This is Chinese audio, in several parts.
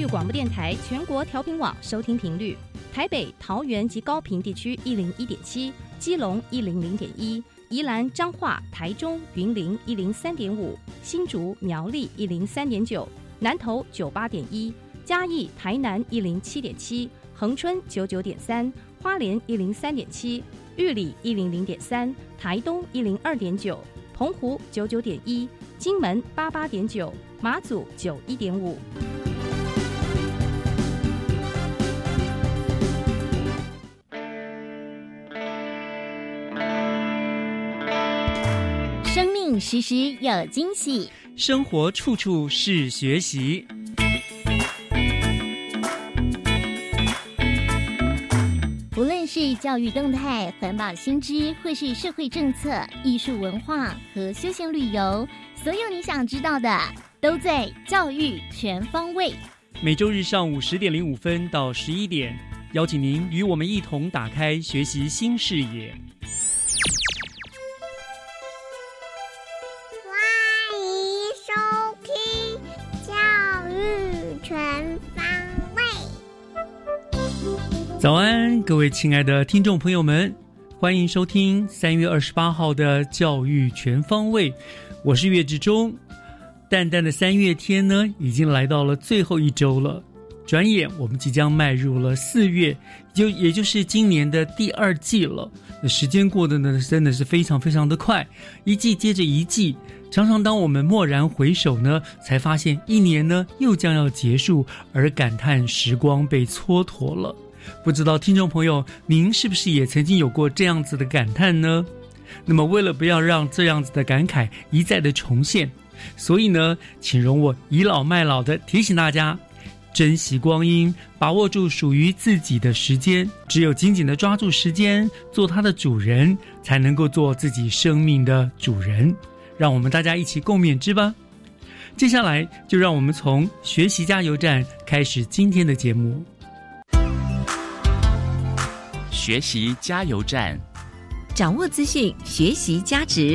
育广播电台全国调频网收听频率：台北、桃园及高屏地区101.7，基隆100.1，宜兰、彰化、台中、云林103.5，新竹、苗栗103.9，南投98.1，嘉义、台南107.7，恒春99.3，花莲103.7，玉里100.3，台东102.9，澎湖99.1，金门88.9，马祖91.5。 生命时时有惊喜， 生活处处是学习。 无论是教育动态、环保新知，或是社会政策、艺术文化和休闲旅游，所有你想知道的都在教育全方位。 每周日上午10点05分到11点，邀请您与我们一同打开学习新视野。早安，各位亲爱的听众朋友们，欢迎收听3月28号的教育全方位，我是岳志忠。淡淡的3月天呢，已经来到了最后一周了，转眼我们即将迈入了4月，也就是今年的第2季了。那时间过得呢，真的是非常非常的快，一季接着一季。常常当我们蓦然回首呢，才发现一年呢又将要结束，而感叹时光被蹉跎了。不知道听众朋友，您是不是也曾经有过这样子的感叹呢？那么为了不要让这样子的感慨一再的重现，所以呢，请容我倚老卖老的提醒大家，珍惜光阴，把握住属于自己的时间，只有紧紧的抓住时间，做它的主人，才能够做自己生命的主人。让我们大家一起共勉之吧。接下来就让我们从学习加油站开始今天的节目。 学习加油站， 掌握资讯，学习价值。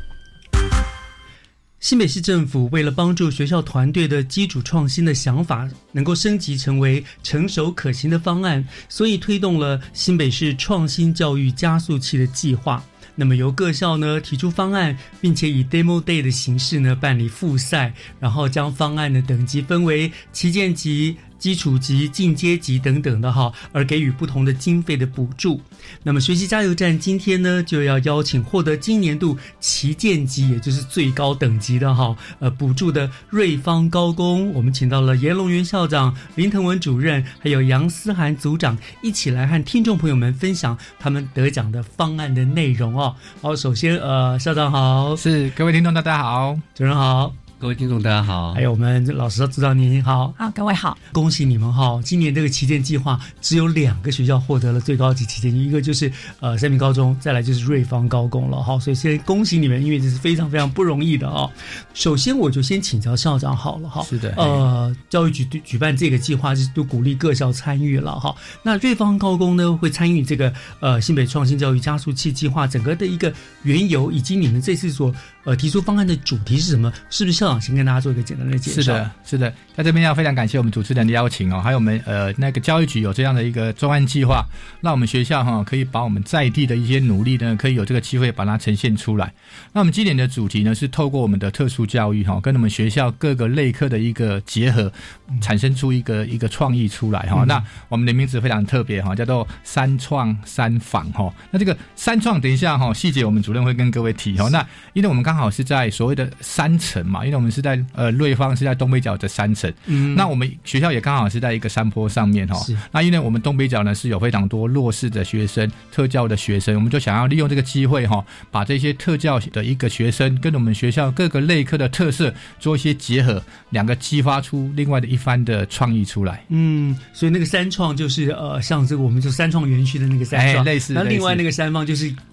新北市政府为了帮助学校团队的基础创新的想法能够升级成为成熟可行的方案，所以推动了新北市创新教育加速器的计划。那么由各校呢提出方案，并且以 Demo Day 的形式呢办理复赛，然后将方案的等级分为旗舰级、基础级、进阶级等等的哈，而给予不同的经费的补助。那么学习加油站今天呢就要邀请获得今年度旗舰级，也就是最高等级的哈补助的瑞芳高工，我们请到了严龙元校长、林腾文主任，还有杨思涵组长，一起来和听众朋友们分享他们得奖的方案的内容哦。好，首先校长好。 是，各位听众大家好。 主任好。 各位听众大家好， 还有我们老师组长您好。 各位好， 恭喜你们哈！今年这个旗舰计划只有2个学校获得了最高级旗舰，一个就是三民高中，再来就是瑞芳高工了哈。所以先恭喜你们，因为这是非常非常不容易的哦。首先我就先请教校长好了哈。 是的， 教育局举办这个计划是都鼓励各校参与了哈。那瑞芳高工呢会参与这个新北创新教育加速器计划整个的一个缘由，以及你们这次所提出方案的主题是什么？是不是校长先跟大家做一个简单的介绍？ 是的，在这边要非常感谢我们主持人的邀请哦，还有我们那个教育局有这样的一个专案计划，让我们学校可以把我们在地的一些努力呢，可以有这个机会把它呈现出来。那我们今年的主题呢是透过我们的特殊教育跟我们学校各个类科的一个结合，产生出一个创意出来那我们的名字非常特别叫做三创三访那这个三创等一下细节我们主任会跟各位提那因为我们刚好是在所谓的山城嘛，因为我们是在瑞芳是在东北角的山城，那我们学校也刚好是在一个山坡上面那因为我们东北角呢是有非常多弱势的学生、特教的学生，我们就想要利用这个机会把这些特教的一个学生跟我们学校各个类科的特色做一些结合，两个激发出另外的一番的创意出来。 所以那个三创就是像这个我们就三创园区的那个三创， 类似。 那另外那个三方就是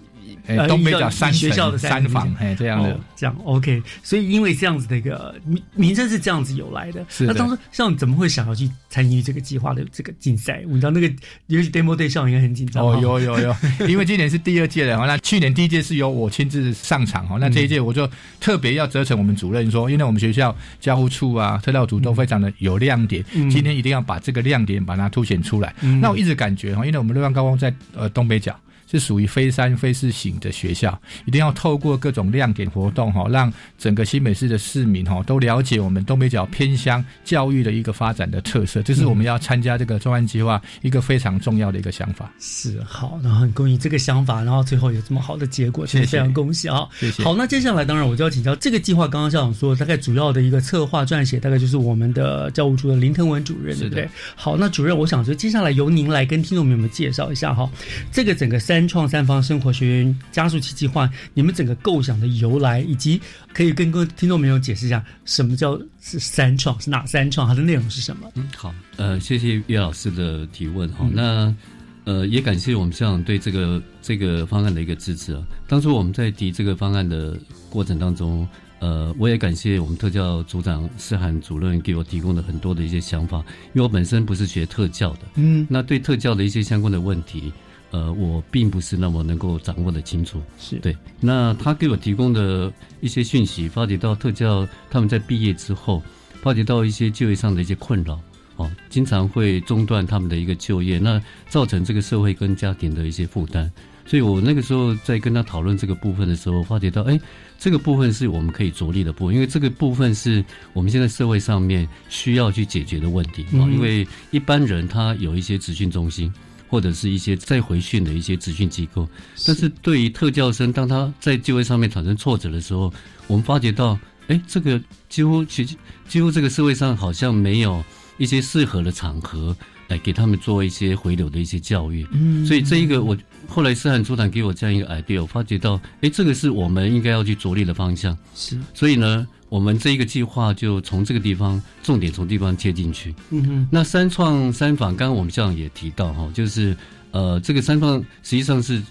东北角3 学校的 3房，这样的， 这样 OK。所以因为这样子的一个名称是这样子由来的。 是的。 那当初像你怎么会想要去参与这个计划的这个竞赛？我知道那个尤其 Demo Day 校应该很紧张。 有，因为今年是第2届了，那去年第1届是由我亲自上场，那这一届我就特别要责成我们主任说，因为我们学校教务处啊、特教组都非常的有亮点，今天一定要把这个亮点把它凸显出来。那我一直感觉，因为我们乐万高工在东北角是属于非3非4型的学校，一定要透过各种亮点活动，让整个新北市的市民都了解我们东北角偏乡教育的一个发展的特色，这是我们要参加这个专案计划一个非常重要的一个想法。 是，好，然后很恭喜这个想法，然后最后有这么好的结果，谢谢，非常恭喜啊！ 谢谢。 好，那接下来当然我就要请教这个计划，刚刚校长说大概主要的一个策划撰写大概就是我们的教务处的林腾文主任，对不对？好，那主任，我想说接下来由您来跟听众朋友们介绍一下哈，这个整个3创3方生活学园加速器计划，你们整个构想的由来，以及可以跟各位听众朋友解释一下什么叫是3创，是哪3创，它的内容是什么？ 好，谢谢岳老师的提问哈。那也感谢我们校长对这个方案的一个支持啊。当初我们在提这个方案的过程当中，我也感谢我们特教组长施涵主任给我提供了很多的一些想法，因为我本身不是学特教的，那对特教的一些相关的问题，我并不是那么能够掌握的清楚， 是对。那他给我提供的一些讯息，发觉到特教他们在毕业之后，发觉到一些就业上的一些困扰，经常会中断他们的一个就业，那造成这个社会跟家庭的一些负担。所以我那个时候在跟他讨论这个部分的时候，发觉到，这个部分是我们可以着力的部分，因为这个部分是我们现在社会上面需要去解决的问题，因为一般人他有一些职训中心，或者是一些再回训的一些职训机构，但是对于特教生，当他在就业上面产生挫折的时候，我们发觉到，这个几乎这个社会上好像没有一些适合的场合来给他们做一些回流的一些教育。所以这一个我后来施涵组长给我这样一个 idea， 我发觉到，这个是我们应该要去着力的方向。 是， 所以呢，我们这一个计划就从这个地方重点从地方切进去。那3创3访，刚刚我们校长也提到哈，就是这个3创实际上是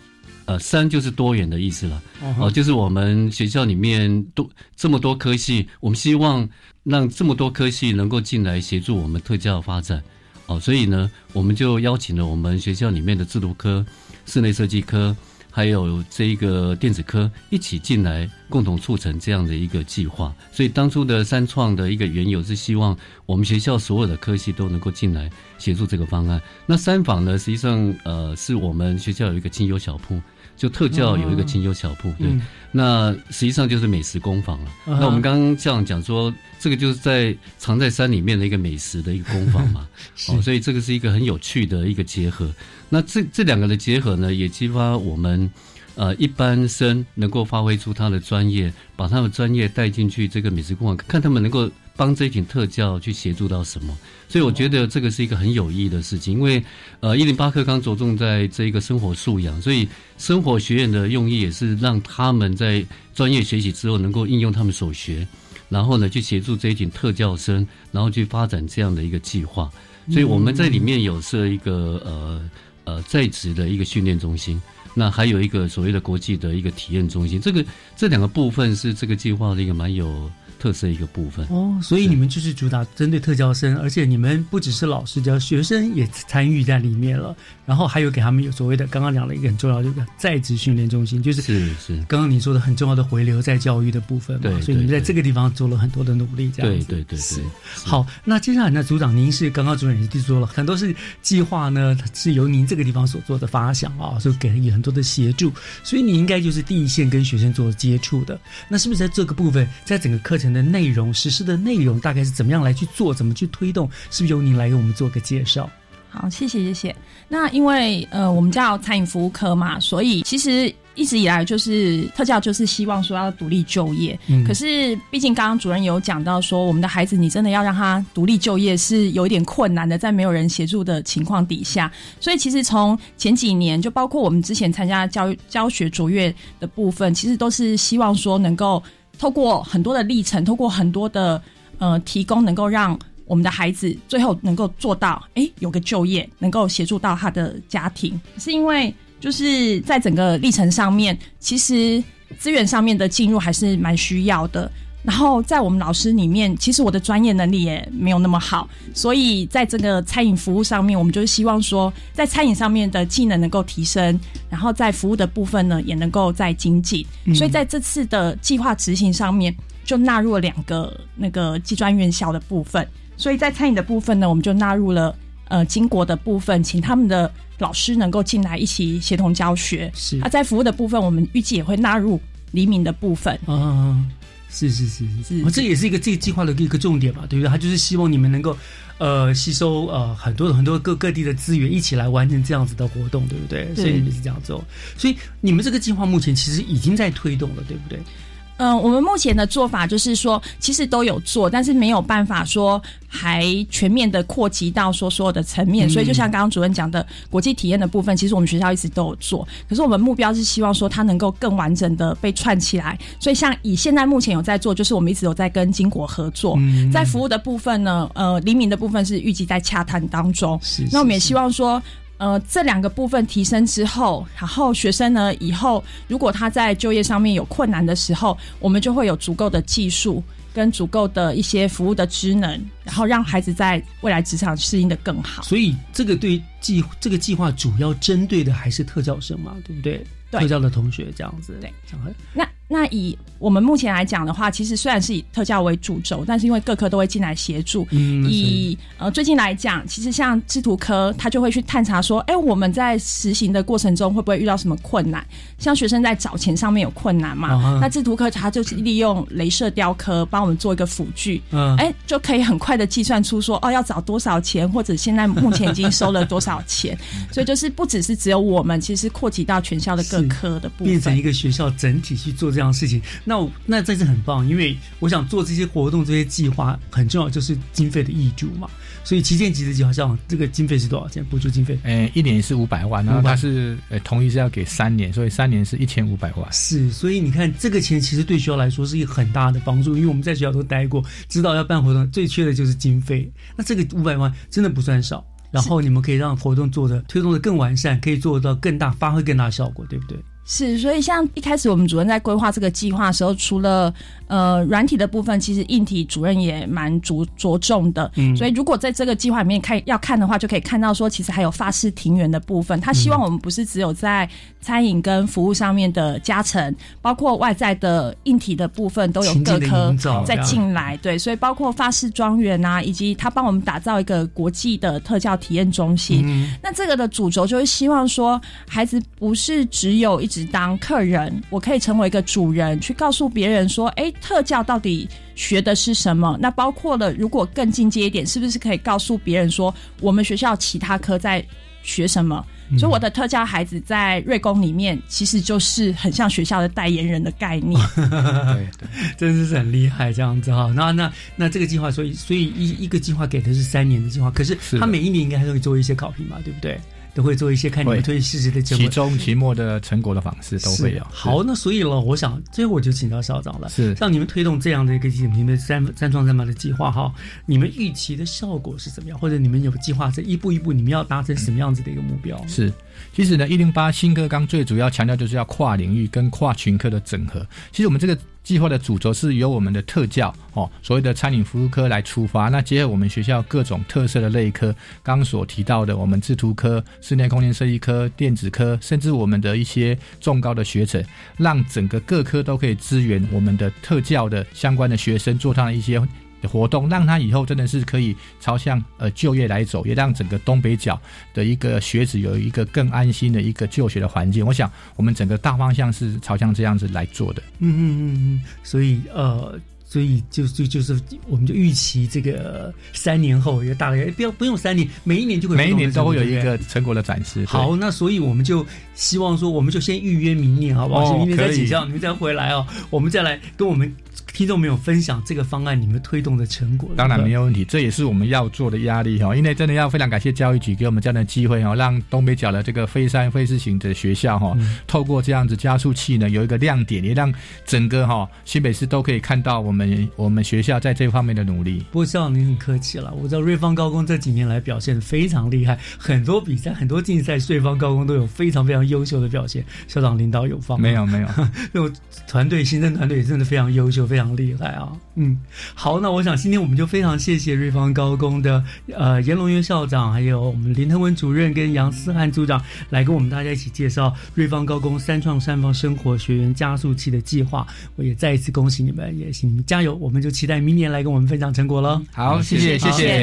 3就是多元的意思了。就是我们学校里面这么多科系，我们希望让这么多科系能够进来协助我们特教发展。所以呢，我们就邀请了我们学校里面的制图科、室内设计科，还有这一个电子科一起进来，共同促成这样的一个计划。所以当初的3创的一个缘由是希望我们学校所有的科系都能够进来协助这个方案。那3访呢，实际上是我们学校有一个清幽小铺，就特教有一个清幽小铺，对，那实际上就是美食工坊了。那我们刚刚校长讲说，这个就是藏在山里面的一个美食的一个工坊嘛，所以这个是一个很有趣的一个结合。那这两个的结合呢，也激发我们一般生能够发挥出他的专业，把他的专业带进去这个美食工坊，看他们能够帮这一群特教去协助到什么。所以我觉得这个是一个很有意义的事情，因为108课纲着重在这个生活素养，所以生活学院的用意也是让他们在专业学习之后能够应用他们所学，然后呢去协助这一群特教生，然后去发展这样的一个计划。所以我们在里面有设一个在职的一个训练中心，那还有一个所谓的国际的一个体验中心，这两个部分是这个计划的一个蛮有特色一个部分。 所以你们就是主打针对特教生，而且你们不只是老师教，学生也参与在里面了，然后还有给他们有所谓的刚刚讲的一个很重要的一个在职训练中心，就是刚刚你说的很重要的回流在教育的部分嘛。对，所以你们在这个地方做了很多的努力，这样子。对。好，那接下来呢，组长您是刚刚主任也说了很多是计划呢是由您这个地方所做的发想所以给予很多的协助，所以你应该就是第一线跟学生做接触的。那是不是在这个部分，在整个课程的内容、实施的内容大概是怎么样来去做，怎么去推动，是不是由您来给我们做个介绍？ 好，谢谢。那因为我们叫餐饮服务科嘛，所以其实一直以来就是特教就是希望说要独立就业，可是毕竟刚刚主任有讲到说，我们的孩子你真的要让他独立就业是有一点困难的，在没有人协助的情况底下，所以其实从前几年就包括我们之前参加教学卓越的部分，其实都是希望说能够透过很多的历程，透过很多的提供，能够让我们的孩子最后能够做到有个就业，能够协助到他的家庭。是因为就是在整个历程上面，其实资源上面的进入还是蛮需要的。然后在我们老师里面，其实我的专业能力也没有那么好，所以在这个餐饮服务上面，我们就是希望说在餐饮上面的技能能够提升，然后在服务的部分呢也能够再精进。所以在这次的计划执行上面就纳入了2个那个技专院校的部分。所以在餐饮的部分呢，我们就纳入了经国的部分，请他们的老师能够进来一起协同教学。 是在服务的部分，我们预计也会纳入黎明的部分。 是，这也是一个这个计划的一个重点嘛，对不对？他就是希望你们能够吸收很多各地的资源，一起来完成这样子的活动，对不对？所以你们是这样做，所以你们这个计划目前其实已经在推动了，对不对？ 我们目前的做法就是说，其实都有做，但是没有办法说还全面的扩及到说所有的层面。所以就像刚刚主任讲的国际体验的部分，其实我们学校一直都有做，可是我们目标是希望说它能够更完整的被串起来。所以像以现在目前有在做，就是我们一直有在跟经国合作，在服务的部分呢，黎明的部分是预计在洽谈当中。那我们也希望说这2个部分提升之后，然后学生呢以后如果他在就业上面有困难的时候，我们就会有足够的技术跟足够的一些服务的职能，然后让孩子在未来职场适应的更好。 所以这个这个计划主要针对的还是特教生嘛，对不对？特教的同学这样子。 对，那以我们目前来讲的话，其实虽然是以特教为主轴，但是因为各科都会进来协助。以最近来讲，其实像制图科，他就会去探查说，我们在实行的过程中会不会遇到什么困难？像学生在找钱上面有困难嘛？那制图科他就是利用雷射雕刻帮我们做一个辅具，就可以很快的计算出说要找多少钱，或者现在目前已经收了多少钱。所以就是不只有我们，其实扩及到全校的各科的部分， 变成一个学校整体去做这样的事情。那这是很棒，因为我想做这些活动、这些计划很重要，就是经费的挹注嘛。所以旗舰级的计划，像这个经费是多少钱？补助经费 ？1年是500万，然后他是同意是要给3年，所以3年是1500万。 是，所以你看这个钱其实对学校来说是一个很大的帮助，因为我们在学校都待过，知道要办活动最缺的就是经费。那这个500万真的不算少，然后你们可以让活动推动的更完善，可以做到更大，发挥更大的效果，对不对？ 是，所以像一开始我们主任在规划这个计划的时候，除了软体的部分，其实硬体主任也蛮着重的。所以如果在这个计划里面要看的话，就可以看到说，其实还有法式庭园的部分。他希望我们不是只有在餐饮跟服务上面的加成，包括外在的硬体的部分都有各科再进来。对，所以包括法式庄园啊，以及他帮我们打造一个国际的特教体验中心。那这个的主轴就是希望说，孩子不是只有一直当客人，我可以成为一个主人，去告诉别人说，特教到底学的是什么？那包括了，如果更进阶一点，是不是可以告诉别人说，我们学校其他科在学什么？所以我的特教孩子在瑞工里面，其实就是很像学校的代言人的概念。 对， 真是很厉害这样子哈。那这个计划，所以一个计划给的是3年的计划，可是他每1年应该还会做一些考评嘛，对不对？都会做一些看你们推事实的结果， 期中、期末的成果的访视都会有。 好，那所以了，我想最后我就请到校长了。 是， 像你们推动这样的一个你们三创3法的计划哈，你们预期的效果是怎么样？或者你们有计划这一步一步你们要达成什么样子的一个目标？ 是，其实呢，108新课纲最主要强调就是要跨领域跟跨群科的整合。其实我们这个计划的主轴是由我们的特教所谓的餐饮服务科来出发，那结合我们学校各种特色的类科，刚刚所提到的我们制图科、室内空间设计科、电子科，甚至我们的一些重高的学程，让整个各科都可以支援我们的特教的相关的学生做他的一些活动，让他以后真的是可以朝向就业来走，也让整个东北角的一个学子有一个更安心的一个就学的环境。我想我们整个大方向是朝向这样子来做的。 所以就是我们就预期这个3年后一个大的，不用3年，每一年就会每一年都会有一个成果的展示。 好，那所以我们就希望说，我们就先预约明年好不好？明年再请教你们再回来我们再来跟我们听众朋友分享这个方案你们推动的成果。 当然没有问题，这也是我们要做的压力因为真的要非常感谢教育局给我们这样的机会让东北角的这个非山非市型的学校透过这样子加速器呢有一个亮点，也让整个新北市都可以看到我们学校在这方面的努力。 不过校长您很客气了，我知道瑞芳高工这几年来表现非常厉害，很多比赛很多竞赛瑞芳高工都有非常非常优秀的表现。校长领导有方吗？ 没有那种团队行政团队真的非常优秀非常厉害啊。好，那我想今天我们就非常谢谢瑞芳高工的严龙元校长，还有我们林腾文主任跟杨思翰组长来跟我们大家一起介绍瑞芳高工三创三方生活学员加速器的计划。我也再一次恭喜你们，也请你们加油，我们就期待明年来跟我们分享成果了。 好，谢谢。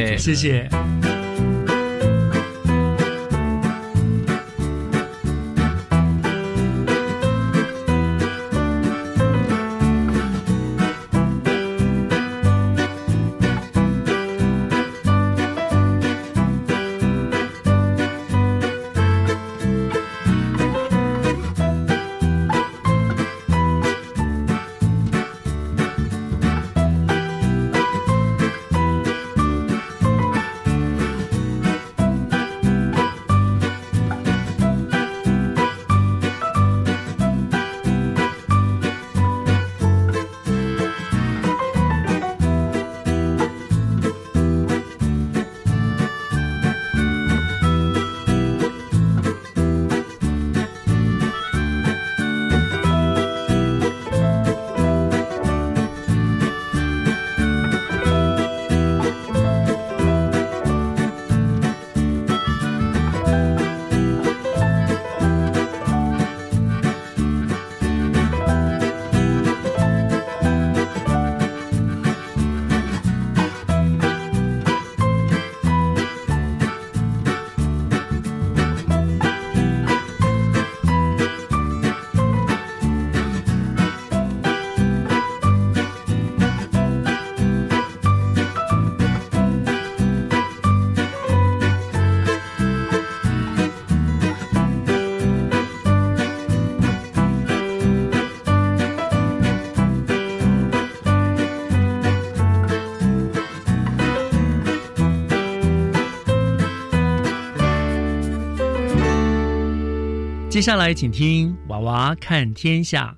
接下来请听娃娃看天下，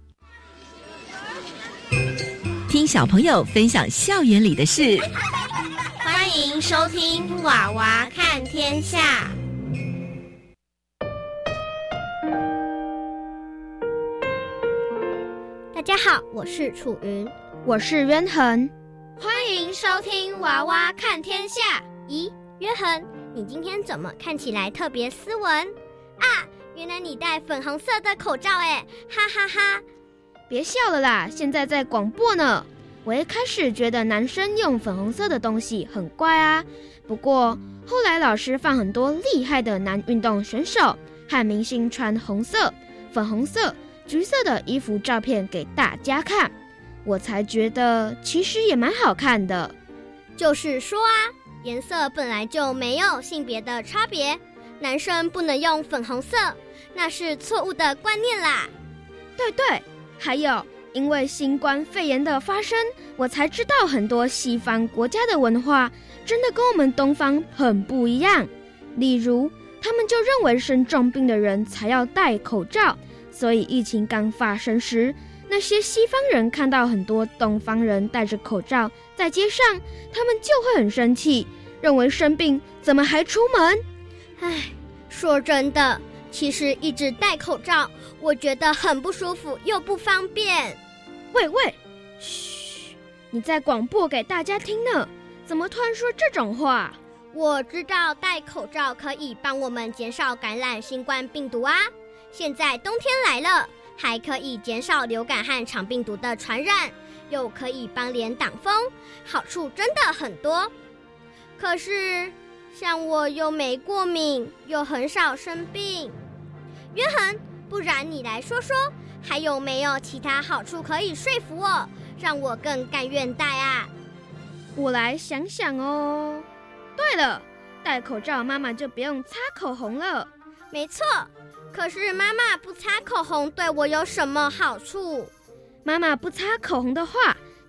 听小朋友分享校园里的事。 欢迎收听娃娃看天下。大家好，我是楚云， 我是渊恒， 欢迎收听娃娃看天下。咦，渊恒，你今天怎么看起来特别斯文啊？原来你戴粉红色的口罩耶，哈哈哈！ 别笑了啦，现在在广播呢。我一开始觉得男生用粉红色的东西很怪啊，不过后来老师放很多厉害的男运动选手和明星穿红色、粉红色、橘色的衣服照片给大家看，我才觉得其实也蛮好看的。 就是说啊，颜色本来就没有性别的差别，男生不能用粉红色，那是错误的观念啦。 对对，还有因为新冠肺炎的发生，我才知道很多西方国家的文化真的跟我们东方很不一样。例如他们就认为生重病的人才要戴口罩，所以疫情刚发生时，那些西方人看到很多东方人戴着口罩在街上，他们就会很生气，认为生病怎么还出门。 唉，说真的，其实一直戴口罩我觉得很不舒服又不方便。 喂喂，嘘，你在广播给大家听呢，怎么突然说这种话？ 我知道戴口罩可以帮我们减少感染新冠病毒啊，现在冬天来了，还可以减少流感和肠病毒的传染，又可以帮脸挡风，好处真的很多。可是像我又没过敏，又很少生病。约翰，不然你来说说，还有没有其他好处可以说服我，让我更甘愿戴啊？ 我来想想哦。对了，戴口罩妈妈就不用擦口红了。 没错，可是妈妈不擦口红对我有什么好处？ 妈妈不擦口红的话，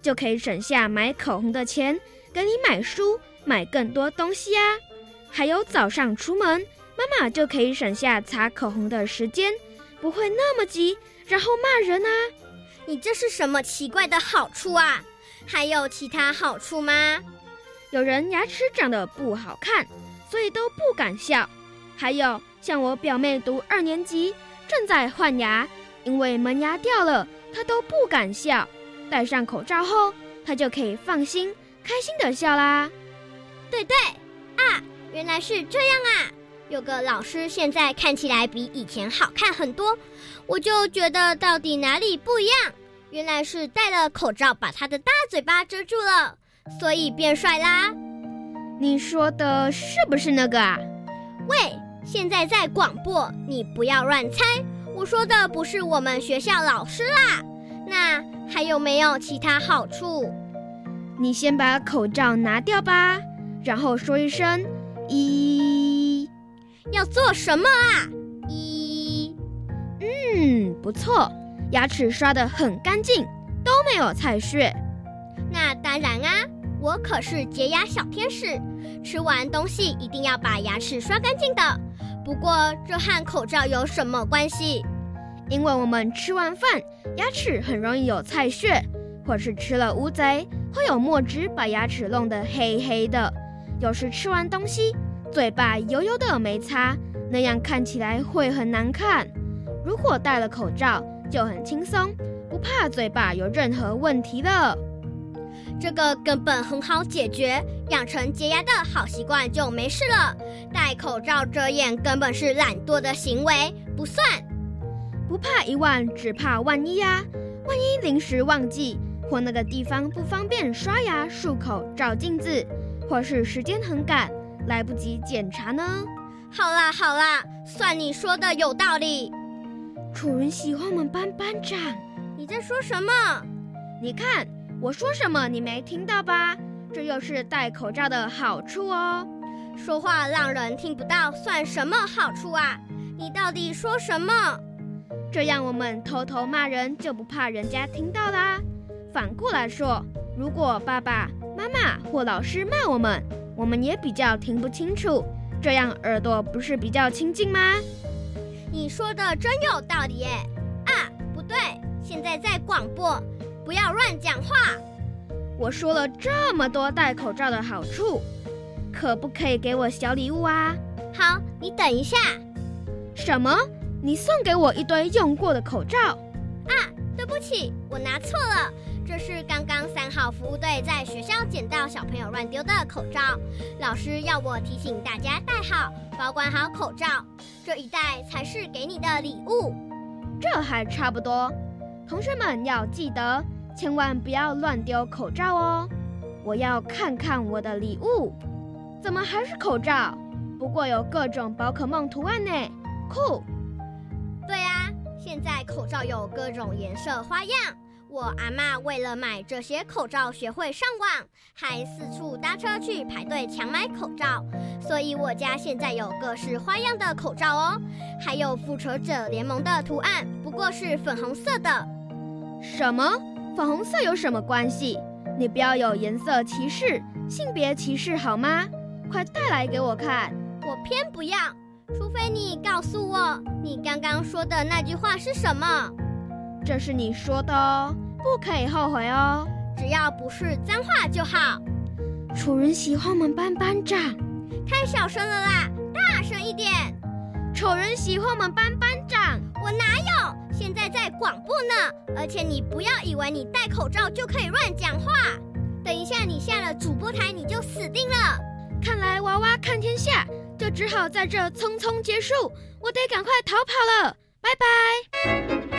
就可以省下买口红的钱，给你买书，买更多东西啊。还有早上出门，妈妈就可以省下擦口红的时间，不会那么急，然后骂人啊。 你这是什么奇怪的好处啊？还有其他好处吗？ 有人牙齿长得不好看，所以都不敢笑。还有像我表妹读2年级，正在换牙，因为门牙掉了，她都不敢笑。戴上口罩后，她就可以放心开心的笑啦。 对啊，原来是这样啊。有个老师现在看起来比以前好看很多，我就觉得到底哪里不一样？原来是戴了口罩把他的大嘴巴遮住了，所以变帅啦。 你说的是不是那个啊？ 喂，现在在广播，你不要乱猜，我说的不是我们学校老师啦。那还有没有其他好处？ 你先把口罩拿掉吧，然后说一声一。 要做什么啊？一。 不错，牙齿刷得很干净，都没有菜屑。 那当然啊，我可是洁牙小天使，吃完东西一定要把牙齿刷干净的。不过这和口罩有什么关系？ 因为我们吃完饭，牙齿很容易有菜屑，或是吃了乌贼，会有墨汁把牙齿弄得黑黑的。有时吃完东西，嘴巴油油的没擦，那样看起来会很难看。如果戴了口罩，就很轻松，不怕嘴巴有任何问题了。 这个根本很好解决，养成洁牙的好习惯就没事了。戴口罩遮掩根本是懒惰的行为，不算。 不怕1万，只怕万一啊！万一临时忘记，或那个地方不方便刷牙、漱口、照镜子，或是时间很赶，来不及检查呢？ 好啦，算你说的有道理。 楚人喜欢我们班班长。 你在说什么？ 你看我说什么你没听到吧？这又是戴口罩的好处哦。 说话让人听不到算什么好处啊？你到底说什么？ 这样我们偷偷骂人就不怕人家听到啦。反过来说，如果爸爸妈妈或老师骂我们也比较听不清楚，这样耳朵不是比较清净吗？ 你说的真有道理耶！啊，不对，现在在广播，不要乱讲话。 我说了这么多戴口罩的好处，可不可以给我小礼物啊？ 好，你等一下。 什么？你送给我一堆用过的口罩？ 啊，对不起，我拿错了。这是刚刚3号服务队在学校捡到小朋友乱丢的口罩，老师要我提醒大家戴好，保管好口罩，这一袋才是给你的礼物。 这还差不多，同学们要记得，千万不要乱丢口罩哦。我要看看我的礼物，怎么还是口罩？不过有各种宝可梦图案呢，酷！ 对啊，现在口罩有各种颜色花样。我阿嬷为了买这些口罩学会上网，还四处搭车去排队抢买口罩，所以我家现在有各式花样的口罩哦，还有复仇者联盟的图案，不过是粉红色的。 什么？粉红色有什么关系？你不要有颜色歧视、性别歧视好吗？快带来给我看。 我偏不要，除非你告诉我你刚刚说的那句话是什么。 这是你说的哦，不可以后悔哦。 只要不是脏话就好。 楚人喜欢我们班班长。 太小声了啦，大声一点。 丑人喜欢我们班班长。 我哪有？现在在广播呢。而且你不要以为你戴口罩就可以乱讲话。等一下你下了主播台你就死定了。 看来娃娃看天下就只好在这匆匆结束，我得赶快逃跑了，拜拜。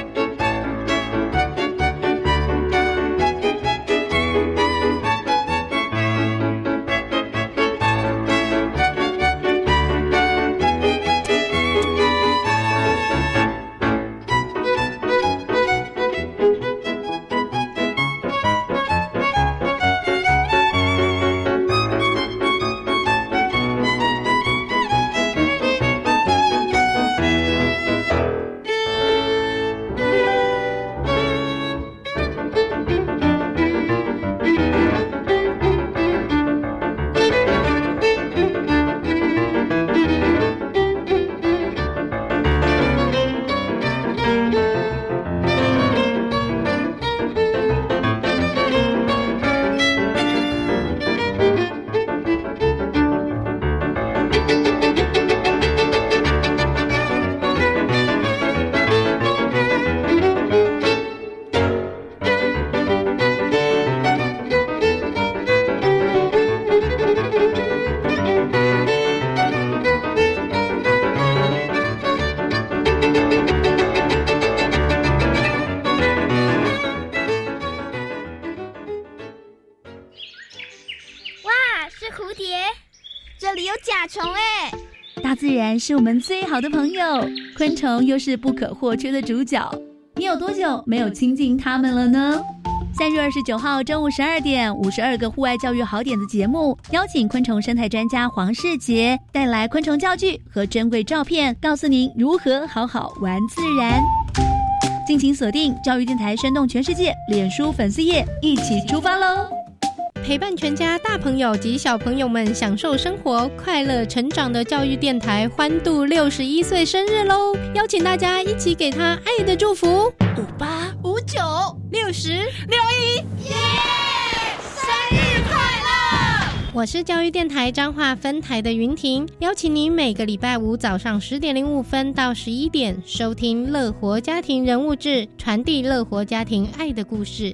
是蝴蝶，这里有甲虫哎。 大自然是我们最好的朋友，昆虫又是不可或缺的主角。你有多久没有亲近它们了呢？3月29号中午12点，52个户外教育好点子节目，邀请昆虫生态专家黄世杰带来昆虫教具和珍贵照片，告诉您如何好好玩自然。敬请锁定教育电台生动全世界脸书粉丝页，一起出发喽！ 陪伴全家大朋友及小朋友们享受生活、快乐成长的教育电台欢度61岁生日喽！邀请大家一起给他爱的祝福！58596061，耶！生日快乐！我是教育电台彰化分台的云婷，邀请您每个礼拜五早上10点05分到11点收听乐活家庭人物志，传递乐活家庭爱的故事。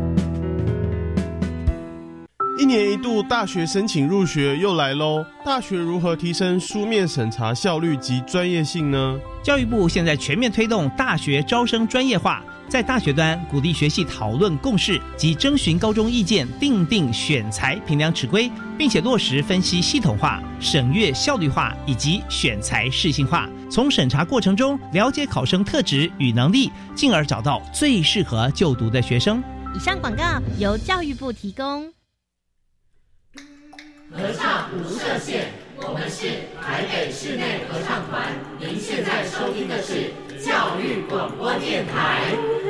1年1度大学申请入学又来咯，大学如何提升书面审查效率及专业性呢？ 教育部现在全面推动大学招生专业化，在大学端鼓励学系讨论共识及征询高中意见，订定选材评量尺规，并且落实分析系统化、审阅效率化以及选材适性化，从审查过程中了解考生特质与能力，进而找到最适合就读的学生。 以上广告由教育部提供。 合唱无设限，我们是台北室内合唱团。您现在收听的是教育广播电台。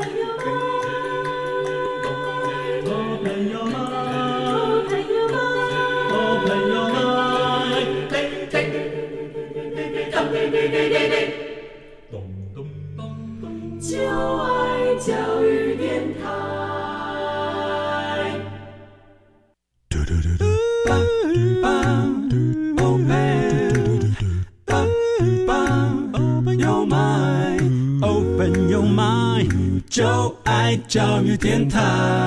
就爱教育电台。Open your mind， 就爱教育电台。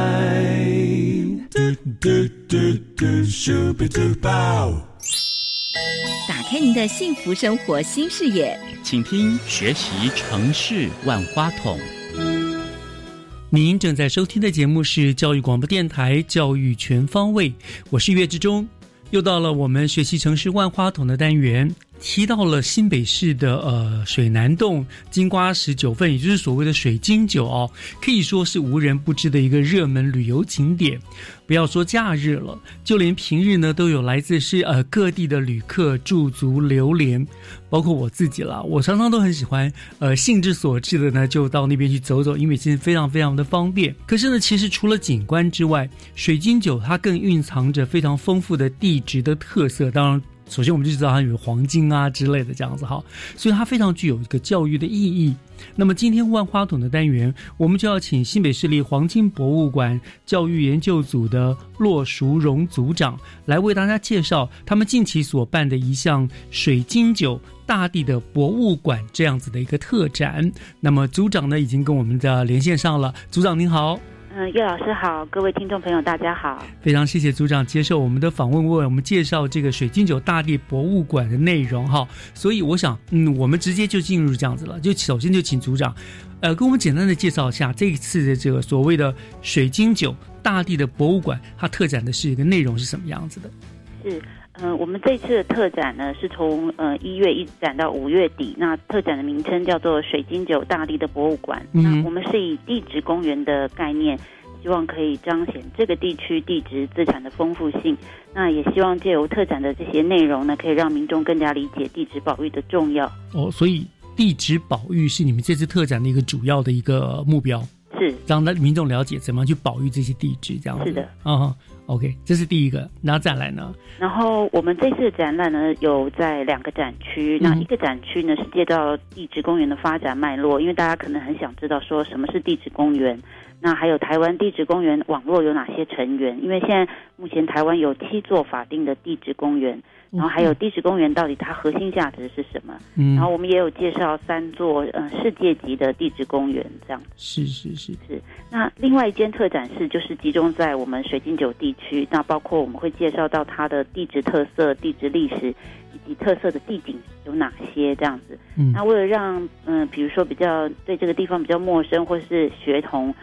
打开您的幸福生活新视野， 请听学习城市万花筒。 您正在收听的节目是教育广播电台教育全方位，我是岳志忠。又到了我们学习城市万花筒的单元，提到了新北市的水南洞金瓜石9份，也就是所谓的水晶酒哦，可以说是无人不知的一个热门旅游景点。不要说假日了，就连平日呢都有来自各地的旅客驻足流连，包括我自己啦，我常常都很喜欢兴致所致的呢就到那边去走走，因为其实非常非常的方便。可是呢，其实除了景观之外，水晶酒它更蕴藏着非常丰富的地质的特色。当然首先我们就知道它有黄金啊之类的这样子哈，所以它非常具有一个教育的意义。那么今天万花筒的单元，我们就要请新北市立黄金博物馆教育研究组的骆淑荣组长来为大家介绍他们近期所办的一项水晶酒大地的博物馆这样子的一个特展。那么组长呢已经跟我们的连线上了，组长您好。 岳老师好，各位听众朋友大家好。 非常谢谢组长接受我们的访问，为我们介绍这个水晶酒大地博物馆的内容哈。所以我想我们直接就进入这样子了，就首先就请组长跟我们简单的介绍一下这一次的这个所谓的水晶酒大地的博物馆，它特展的是一个内容是什么样子的。 是我们这次的特展呢是从1月一直展到5月底，那特展的名称叫做水晶酒大地的博物馆。那我们是以地质公园的概念，希望可以彰显这个地区地质资产的丰富性，那也希望借由特展的这些内容呢，可以让民众更加理解地质保育的重要。 所以地质保育是你们这次特展的一个主要的一个目标，是让民众了解怎么样去保育这些地质这样子。是的OK， 这是第一个。然后再来呢， 然后我们这次的展览呢有在2个展区，那一个展区呢是介绍地质公园的发展脉络，因为大家可能很想知道说什么是地质公园，那还有台湾地质公园网络有哪些成员，因为现在目前台湾有7座法定的地质公园，然后还有地质公园到底它核心价值是什么，然后我们也有介绍3座世界级的地质公园这样。是。那另外一间特展室就是集中在我们水晶酒地区，那包括我们会介绍到它的地质特色、地质历史以及特色的地景有哪些这样子。那为了让比如说比较对这个地方比较陌生或是学童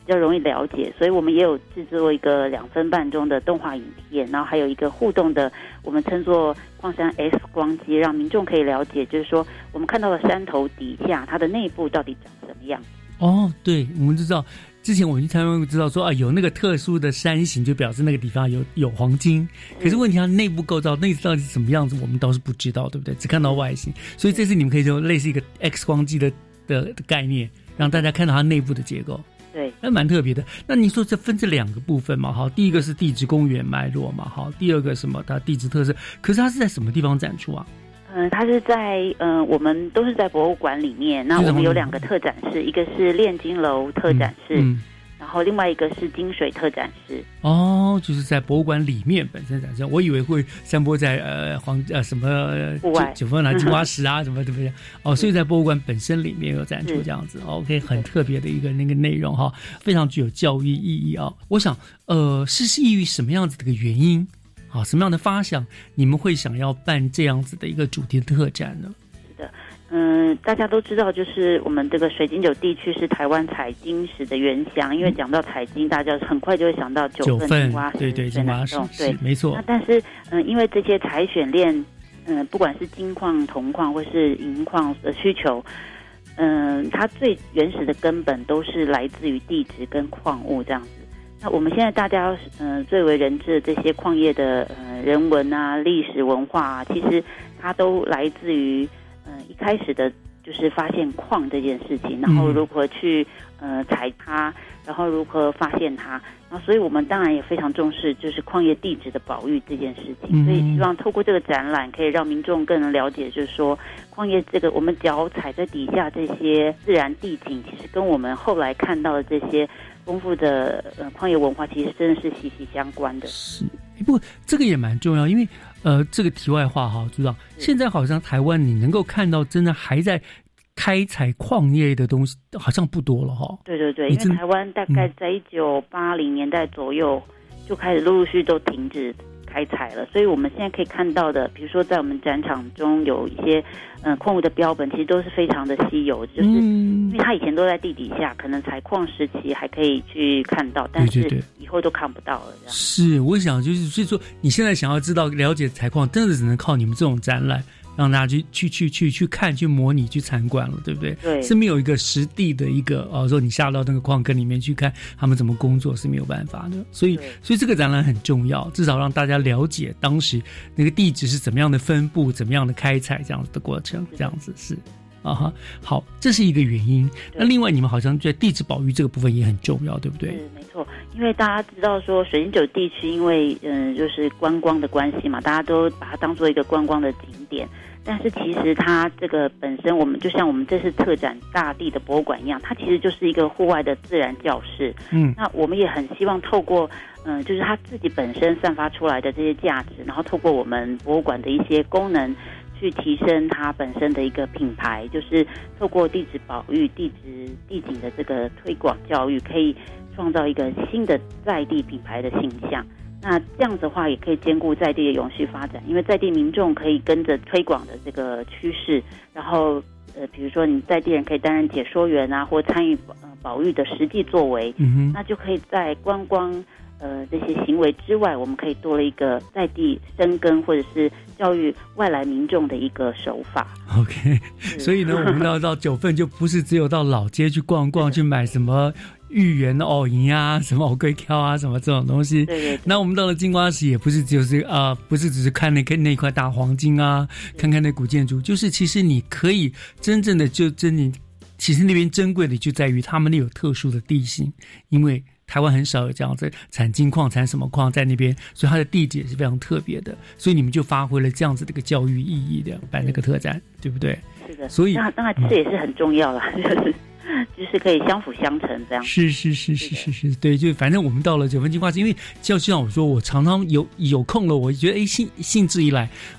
比较容易了解，所以我们也有制作一个2分半钟的动画影片，然后还有一个互动的，我们称作矿山 X 光机，让民众可以了解，就是说我们看到的山头底下它的内部到底长什么样。 哦，对，我们就知道，之前我去台湾知道说有那个特殊的山形，就表示那个地方有黄金。可是问题它内部构造那到底是什么样子，我们倒是不知道，对不对？只看到外形。所以这次你们可以就类似一个 X 光机的概念，让大家看到它内部的结构。 对， 那蛮特别的。那你说这分这2个部分嘛？好，第一个是地质公园脉络嘛，好，第二个什么？它地质特色。可是它是在什么地方展出啊？ 它是在我们都是在博物馆里面。那我们有2个特展室，一个是炼金楼特展室，然后另外一个是金水特展室。哦， 就是在博物馆里面本身展示。我以为会散播在什么户外九份金瓜石啊什么对不对？哦，所以在博物馆本身里面有展出这样子。OK， 很特别的一个那个内容哈，非常具有教育意义啊。我想是基于什么样子的一个原因？好，什么样的发想，你们会想要办这样子的一个主题的特展呢？ 是的，大家都知道，就是我们这个水晶酒地区是台湾采金石的原乡，因为讲到采金，大家很快就会想到九份金瓜石， 对，金瓜石，对，没错。 那但是，因为这些采选链，不管是金矿、铜矿或是银矿的需求，它最原始的根本都是来自于地质跟矿物这样子。那我们现在大家最为人知的这些矿业的人文啊、历史文化啊，其实它都来自于一开始的就是发现矿这件事情，然后如何去采它，然后如何发现它，然后所以我们当然也非常重视就是矿业地质的保育这件事情，所以希望透过这个展览可以让民众更能了解，就是说矿业这个我们脚踩在底下这些自然地景，其实跟我们后来看到的这些丰富的矿业文化其实真的是息息相关的。 是，不过这个也蛮重要，因为这个题外话哈，组长，现在好像台湾你能够看到真的还在开采矿业的东西好像不多了哈。 对对对，因为台湾大概在1980年代左右就开始陆续都停止开采了，所以我们现在可以看到的，比如说在我们展场中有一些矿物的标本，其实都是非常的稀有，就是因为它以前都在地底下，可能采矿时期还可以去看到，但是以后都看不到了。这样是，我想就是所以说，你现在想要知道了解采矿，真的只能靠你们这种展览。让大家去看、去模拟、去参观了，对不对？ 对， 是没有一个实地的一个说你下到那个矿坑里面去看他们怎么工作是没有办法的。所以这个展览很重要，至少让大家了解当时那个地质是怎么样的分布、怎么样的开采这样子的过程，这样子是啊哈。好，这是一个原因。那另外，你们好像在地质保育这个部分也很重要，对不对？ 是没错，因为大家知道说水晶酒地区，因为就是观光的关系嘛，大家都把它当做一个观光的景点。但是其实它这个本身，我们就像我们这次特展大地的博物馆一样，它其实就是一个户外的自然教室。那我们也很希望透过就是它自己本身散发出来的这些价值，然后透过我们博物馆的一些功能，去提升它本身的一个品牌，就是透过地质保育、地景的这个推广教育，可以创造一个新的在地品牌的形象。那这样子的话，也可以兼顾在地的永续发展，因为在地民众可以跟着推广的这个趋势，然后比如说你在地人可以担任解说员啊，或参与保育的实际作为，那就可以在观光这些行为之外，我们可以多了一个在地生根或者是教育外来民众的一个手法。 OK， 所以呢，我们到九份就不是只有到老街去逛逛，去买什么芋圆、藕银啊，什么藕龟壳啊，什么这种东西。 对。 那我们到了金瓜石，也不是只是不是只是看那块大黄金啊，看看那古建筑，就是其实你可以真正的其实那边珍贵的就在于他们那有特殊的地形，因为台湾很少有这样子产金矿、产什么矿在那边，所以它的地质也是非常特别的，所以你们就发挥了这样子的一个教育意义的办那个特展，对不对？ 是的， 所以当然这也是很重要啦，就是可以相辅相成这样。 是，对，就反正我们到了九份金瓜石，因为就像我说，我常常有空了，我觉得兴致一来，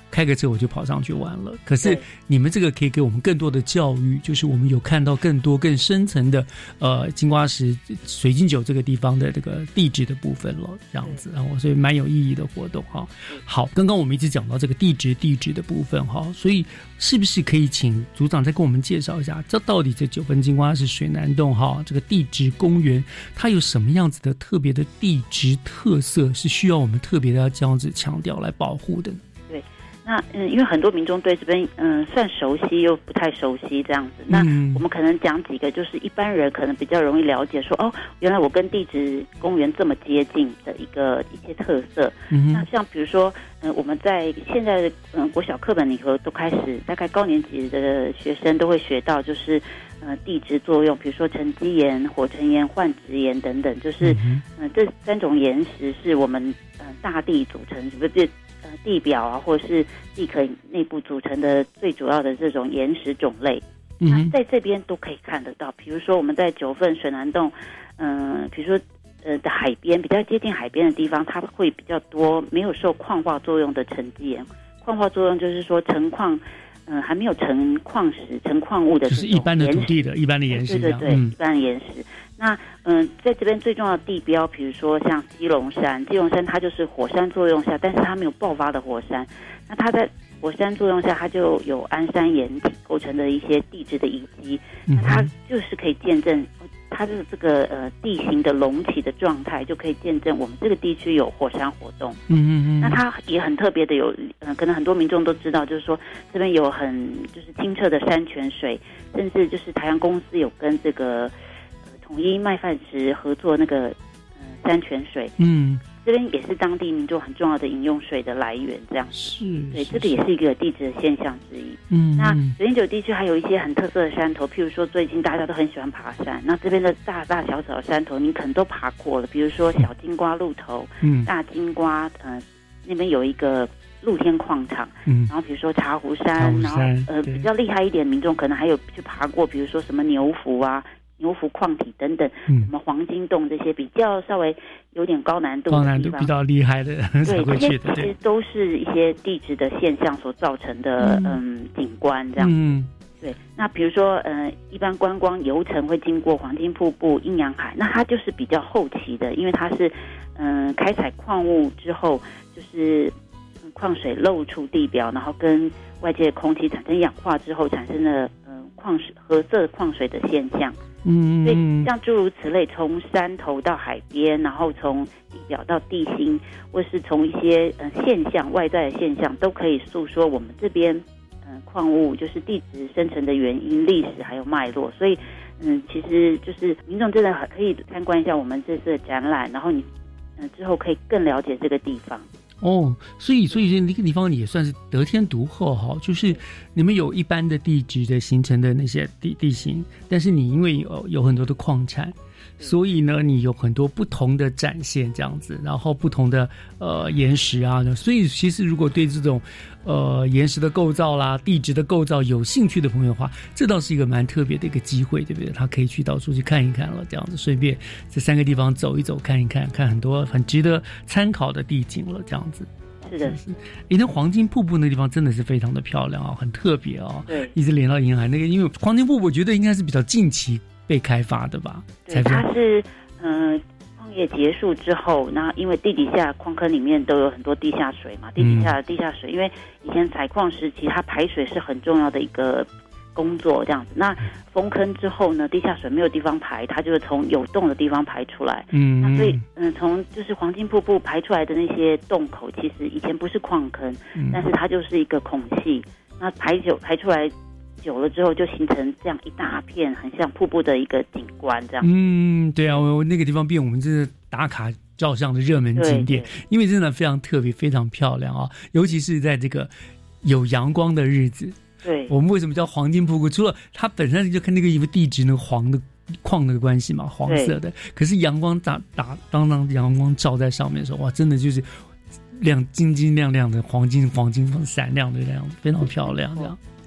开个车我就跑上去玩了。可是你们这个可以给我们更多的教育，就是我们有看到更多更深层的金瓜石水晶酒这个地方的这个地质的部分了，这样子，然后所以蛮有意义的活动哈。好，刚刚我们一直讲到这个地质的部分哈，所以是不是可以请组长再跟我们介绍一下，这到底这9份金瓜石水南洞哈这个地质公园它有什么样子的特别的地质特色，是需要我们特别的要这样子强调来保护的呢？ 对，那因为很多民众对这边算熟悉又不太熟悉这样子，那我们可能讲几个就是一般人可能比较容易了解说，哦，原来我跟地质公园这么接近的一些特色。那像比如说我们在现在的国小课本里头都开始，大概高年级的学生都会学到，就是地质作用，比如说沉积岩、火成岩、幻质岩等等，就是这3种岩石是我们大地组成，不是地表啊，或者是地壳内部组成的最主要的这种岩石种类。那在这边都可以看得到，比如说我们在9份水南洞，比如说的海边比较接近海边的地方，它会比较多没有受矿化作用的沉积岩。矿化作用就是说成矿，还没有成矿石、成矿物的这种岩石，就是一般的土地的一般的岩石，对，一般的岩石。那在这边最重要的地标，比如说像基隆山它就是火山作用下，但是它没有爆发的火山。那它在火山作用下，它就有安山岩体构成的一些地质的遗迹。那它就是可以见证它的这个地形的隆起的状态，就可以见证我们这个地区有火山活动。那它也很特别的有，可能很多民众都知道，就是说这边有就是清澈的山泉水，甚至就是台阳公司有跟这个统一麦饭石合作那个山泉水。这边也是当地民众很重要的饮用水的来源，这样子。对，这个也是一个地质的现象之一。那水晶酒地区还有一些很特色的山头，譬如说最近大家都很喜欢爬山，那这边的大大小小的山头你可能都爬过了，比如说小金瓜路头、大金瓜，那边有一个露天矿场，然后比如说茶壶山，然后比较厉害一点民众可能还有去爬过，比如说什么牛湖啊、牛湖矿体等等，什么黄金洞这些比较稍微有点高难度比较厉害的才会去的，对，这些都是一些地质的现象所造成的景观这样子。对，那比如说一般观光游程会经过黄金瀑布、阴阳海，那它就是比较后期的，因为它是开采矿物之后，就是矿水漏出地表，然后跟外界的空气产生氧化之后产生的矿水褐色矿水的现象。所以像诸如此类，从山头到海边，然后从地表到地心，或是从一些现象外在的现象，都可以诉说我们这边矿物就是地质生成的原因、历史还有脉络。所以其实就是民众真的可以参观一下我们这次的展览，然后你之后可以更了解这个地方。所以那个地方也算是得天独厚哈，就是你们有一般的地质的形成的那些地形，但是你因为有很多的矿产，所以呢你有很多不同的展现这样子，然后不同的岩石啊，所以其实如果对这种岩石的构造啦、地质的构造有兴趣的朋友的话，这倒是一个蛮特别的一个机会，对不对？他可以去到处去看一看了，这样子顺便这3个地方走一走、看一看，看很多很值得参考的地景了，这样子。是的，那黄金瀑布那地方真的是非常的漂亮啊，很特别哦。对，一直连到银海那个，因为黄金瀑布我觉得应该是比较近期被开发的吧？对，它是矿业结束之后，那因为地底下矿坑里面都有很多地下水嘛，地底下的地下水，因为以前采矿时期它排水是很重要的一个工作这样子。那封坑之后呢，地下水没有地方排，它就是从有洞的地方排出来。那所以从就是黄金瀑布排出来的那些洞口，其实以前不是矿坑，但是它就是一个孔隙。那排出来久了之后，就形成这样一大片很像瀑布的一个景观这样。对啊，那个地方变我们这打卡照相的热门景点，因为真的非常特别，非常漂亮啊，尤其是在这个有阳光的日子。对，我们为什么叫黄金瀑布？除了它本身就跟那个地质那个黄的矿那个关系嘛，黄色的。可是阳光当阳光照在上面的时候，哇，真的就是金亮亮的黄金闪亮的那样，非常漂亮这样。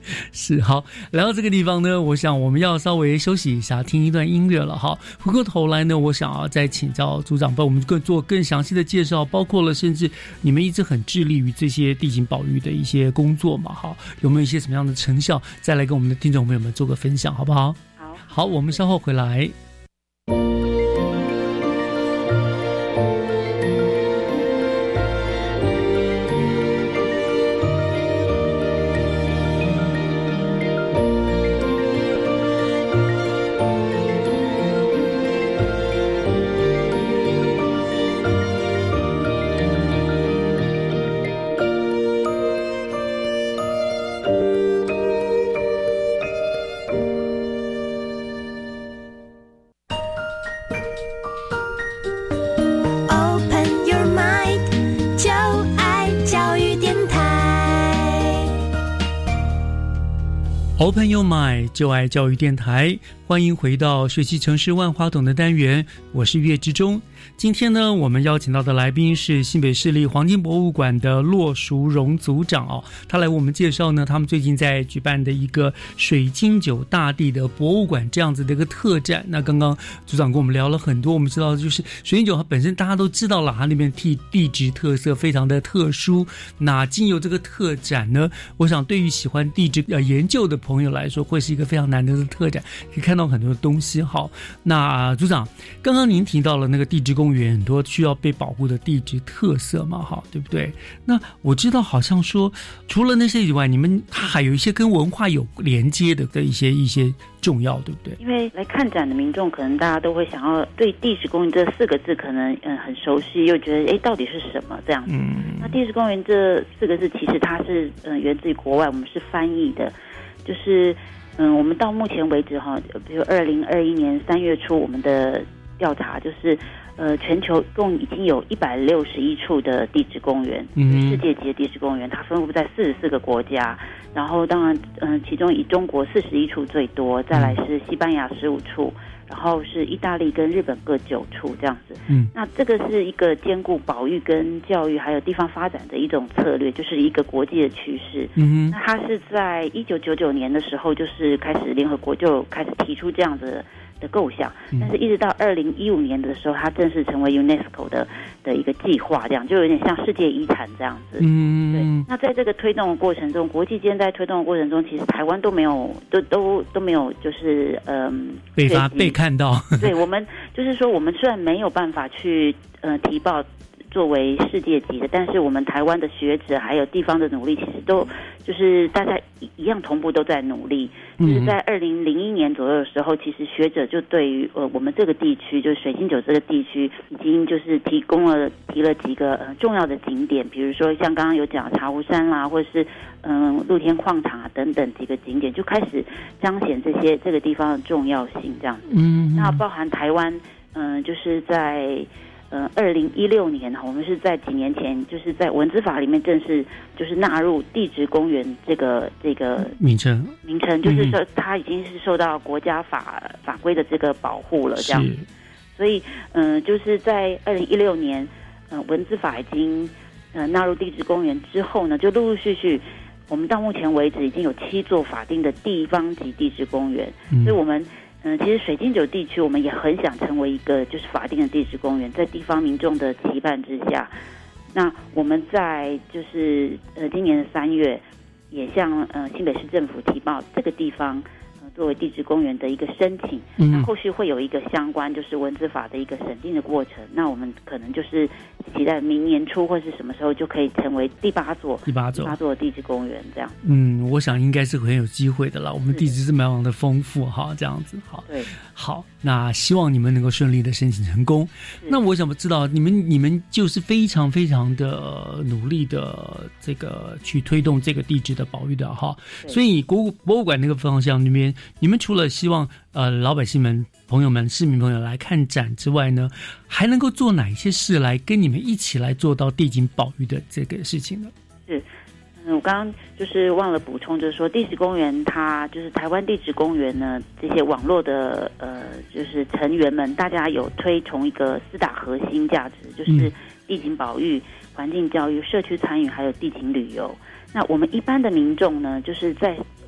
是，好，来到这个地方呢，我想我们要稍微休息一下，听一段音乐了。好，回过头来呢，我想要再请教组长帮我们做更详细的介绍，包括了甚至你们一直很致力于这些地景保育的一些工作嘛，好，有没有一些什么样的成效，再来跟我们的听众朋友们做个分享，好不好？好，我们稍后回来。Open Your Mind， 就爱教育电台，欢迎回到学习城市万花筒的单元，我是岳志忠。今天呢，我们邀请到的来宾是新北市立黄金博物馆的骆淑荣组长哦，他来为我们介绍呢，他们最近在举办的一个水晶酒大地的博物馆这样子的一个特展。那刚刚组长跟我们聊了很多，我们知道就是水晶酒它本身大家都知道了，它那边地质特色非常的特殊。那经由这个特展呢，我想对于喜欢地质研究的朋友来说，会是一个非常难得的特展，可以看到很多的东西。好，那组长，刚刚您提到了那个地质公园很多需要被保护的地质特色嘛，好，对不对？那我知道好像说，除了那些以外，你们还有一些跟文化有连接的一些重要，对不对？ 因为来看展的民众，可能大家都会想要对地质公园这4个字可能很熟悉，又觉得到底是什么这样子。那地质公园这4个字其实它是源自于国外，我们是翻译的，就是我们到目前为止哈，比如2021年3月初我们的调查就是全球共已经有161处的地质公园，世界级的地质公园，它分布在44个国家。然后当然其中以中国41处最多，再来是西班牙15处，然后是意大利跟日本各9处这样子。那这个是一个兼顾保育跟教育还有地方发展的一种策略，就是一个国际的趋势。那它是在1999年的时候，就是开始联合国就开始提出这样子的构想，但是一直到2015年的时候，它正式成为 UNESCO 的一个计划，这样就有点像世界遗产这样子。对。那在这个推动的过程中，国际间在推动的过程中，其实台湾都没有都没有就是被看到。 对，我们就是说，我们虽然没有办法去提报作为世界级的，但是我们台湾的学者还有地方的努力，其实都就是大家一样同步都在努力。就是在2001年左右的时候，其实学者就对于我们这个地区，就是水晶酒这个地区，已经就是提了几个重要的景点，比如说像刚刚有讲茶壶山啦，或者是露天矿场啊等等几个景点，就开始彰显这个地方的重要性这样子。那包含台湾就是在2016年，我们是在几年前，就是在文资法里面正式就是纳入地质公园这个名称，就是说它已经是受到国家法规的这个保护了，这样。所以就是在2016年，文资法已经纳入地质公园之后呢，就陆陆续续，我们到目前为止已经有7座法定的地方级地质公园，所以我们。其实水晶酒地区我们也很想成为一个就是法定的地质公园，在地方民众的期盼之下，那我们在就是今年的3月也向新北市政府提报这个地方作为地质公园的一个申请，那后续会有一个相关就是文资法的一个审定的过程，那我们可能就是期待明年初或是什么时候就可以成为第八座的地质公园这样。 我想应该是很有机会的啦，我们地质是蛮样的丰富哈，这样子。好，对，好，那希望你们能够顺利的申请成功。那我想知道你们就是非常非常的努力的这个去推动这个地质的保育的哈，所以博物馆那个方向里面，你们除了希望老百姓们、朋友们、市民朋友来看展之外呢，还能够做哪一些事来跟你们一起来做到地景保育的这个事情呢？ 是，我刚刚就是忘了补充，就是说地质公园它就是台湾地质公园呢，这些网络的就是成员们，大家有推崇一个4大核心价值，就是地景保育、环境教育、社区参与，还有地景旅游。那我们一般的民众呢，就是在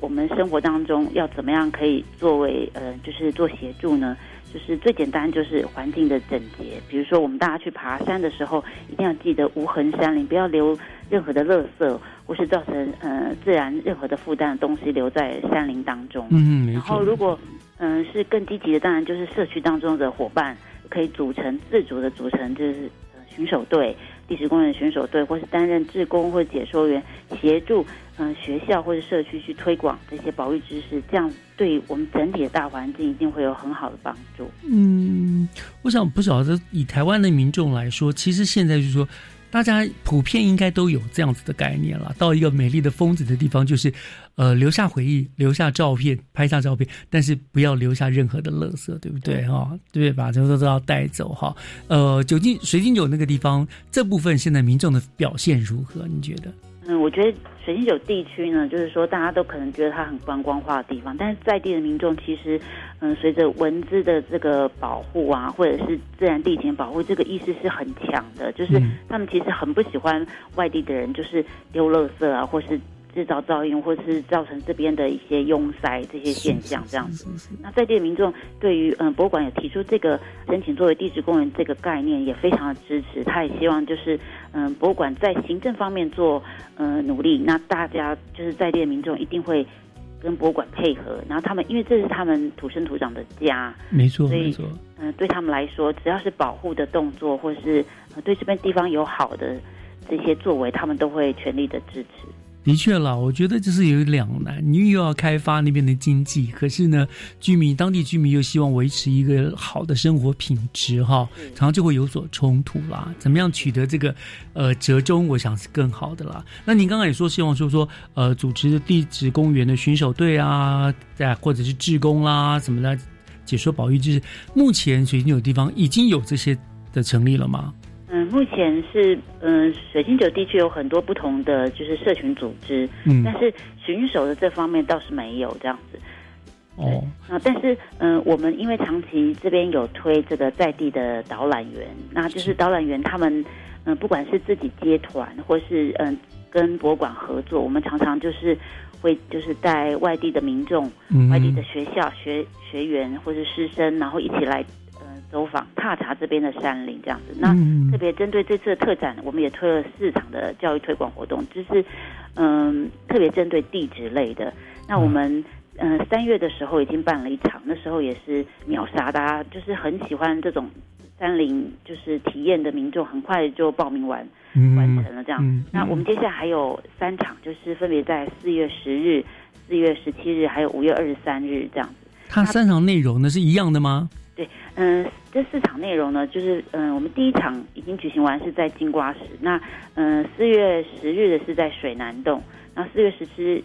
我们生活当中要怎么样可以作为就是做协助呢？就是最简单就是环境的整洁，比如说我们大家去爬山的时候，一定要记得无痕山林，不要留任何的垃圾或是造成自然任何的负担的东西留在山林当中。然后如果是更积极的，当然就是社区当中的伙伴可以自主的组成就是巡守队、地质公园的巡守队，或是担任志工或者解说员，协助学校或者社区去推广这些保育知识，这样对我们整体的大环境一定会有很好的帮助。 我想不晓得以台湾的民众来说，其实现在就是说大家普遍应该都有这样子的概念了，到一个美丽的风景的地方，就是留下回忆，留下照片，拍下照片，但是不要留下任何的垃圾，对不对对，把这都要带走哈。水晶酒那个地方这部分现在民众的表现如何？你觉得？ 我觉得水晶酒地区呢，就是说大家都可能觉得它很观光化的地方，但是在地的民众其实，随着文资的这个保护啊，或者是自然地形保护，这个意识是很强的，就是他们其实很不喜欢外地的人，就是丢垃圾啊，或是制造噪音，或是造成这边的一些拥塞这些现象这样子。那在地的民众对于博物馆有提出这个申请作为地质公园这个概念也非常的支持，他也希望就是博物馆在行政方面做努力，那大家就是在地的民众一定会跟博物馆配合，然后他们因为这是他们土生土长的家， 没错， 所以对他们来说，只要是保护的动作，或是对这边地方有好的这些作为，他们都会全力的支持。 的确啦，我觉得这是有两难，你又要开发那边的经济，可是呢，当地居民又希望维持一个好的生活品质哈，常常就会有所冲突啦。怎么样取得这个折中，我想是更好的啦。那您刚刚也说希望说组织地质公园的巡守队啊，或者是志工啦什么的解说保育知识，目前水晶酒地方已经有这些的成立了吗？ 目前是水晶酒地区有很多不同的就是社群组织，但是巡守的这方面倒是没有这样子。但是我们因为长期这边有推这个在地的导览员，那就是导览员他们不管是自己接团或是跟博物馆合作，我们常常就是会就是带外地的民众、外地的学校学员或是师生，然后一起来走访踏查这边的山林这样子。那特别针对这次的特展，我们也推了4场的教育推广活动，就是特别针对地质类的。那我们3月的时候已经办了一场，那时候也是秒杀，大家就是很喜欢这种山林就是体验的民众，很快就报名完成了这样。那我们接下来还有3场，就是分别在4月10日、4月17日还有5月23日这样子。 它3场内容呢是一样的吗？ 对，这4场内容呢，就是我们第一场已经举行完，是在金瓜石。那4月10日的是在水南洞，那4月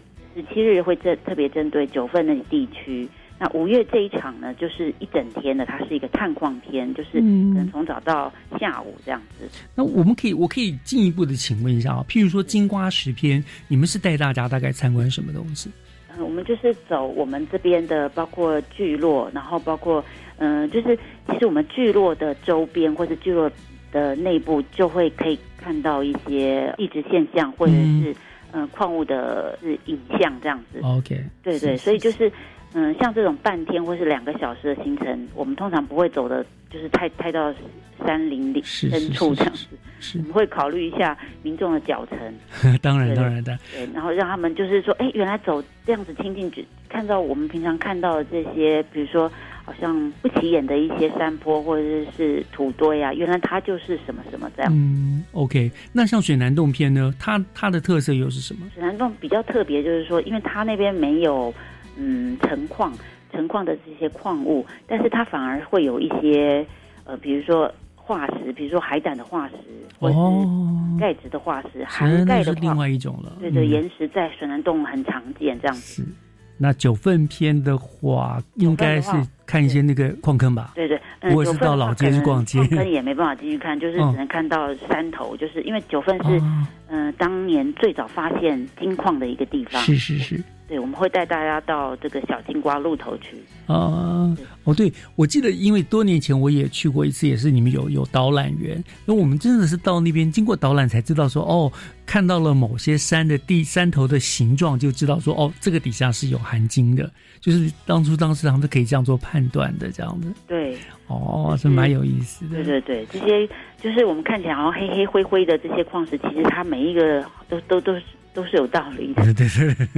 17日会特别针对9份的地区。那5月这一场呢，就是一整天的，它是一个探矿篇，就是可能从早到下午这样子。 那我可以进一步的请问一下譬如说金瓜石篇，你们是带大家大概参观什么东西？ 我们就是走我们这边的，包括聚落，然后包括就是其实我们聚落的周边或者聚落的内部，就会可以看到一些地质现象，或者是矿物的影像这样子。 OK， 对，所以就是像这种半天或是2个小时的行程，我们通常不会走的，就是太到山林里深处这样子。我们会考虑一下民众的脚程。 当然的。 对，然后让他们就是说，原来走这样子亲近，看到我们平常看到的这些，比如说好像不起眼的一些山坡或者是土堆啊，原来它就是什么什么这样。 OK， 那像水南洞篇呢，它的特色又是什么？ 水南洞比较特别，就是说，因为它那边没有成矿的这些矿物，但是它反而会有一些比如说化石，比如说海胆的化石，或者是钙质的化石，含钙的化石， 另外一种了。 对，岩石在水南洞很常见这样子。 是，那9份篇的话，应该是看一些那个矿坑吧。 对对， 我是到老街去逛街， 矿坑也没办法进去看，就是只能看到山头，就是因为九份是当年最早发现金矿的一个地方。 是。 对，我们会带大家到这个小金瓜路头去。 对，我记得，因为多年前我也去过一次，也是你们有导览员，因为我们真的是到那边经过导览才知道说，看到了某些山头的形状，就知道说，这个底下是有含金的，就是当时他们是可以这样做判断的，这样子。 对。 是蛮有意思的。 对，这些就是我们看起来好像黑黑灰灰的这些矿石，其实它每一个都是有道理的。 对。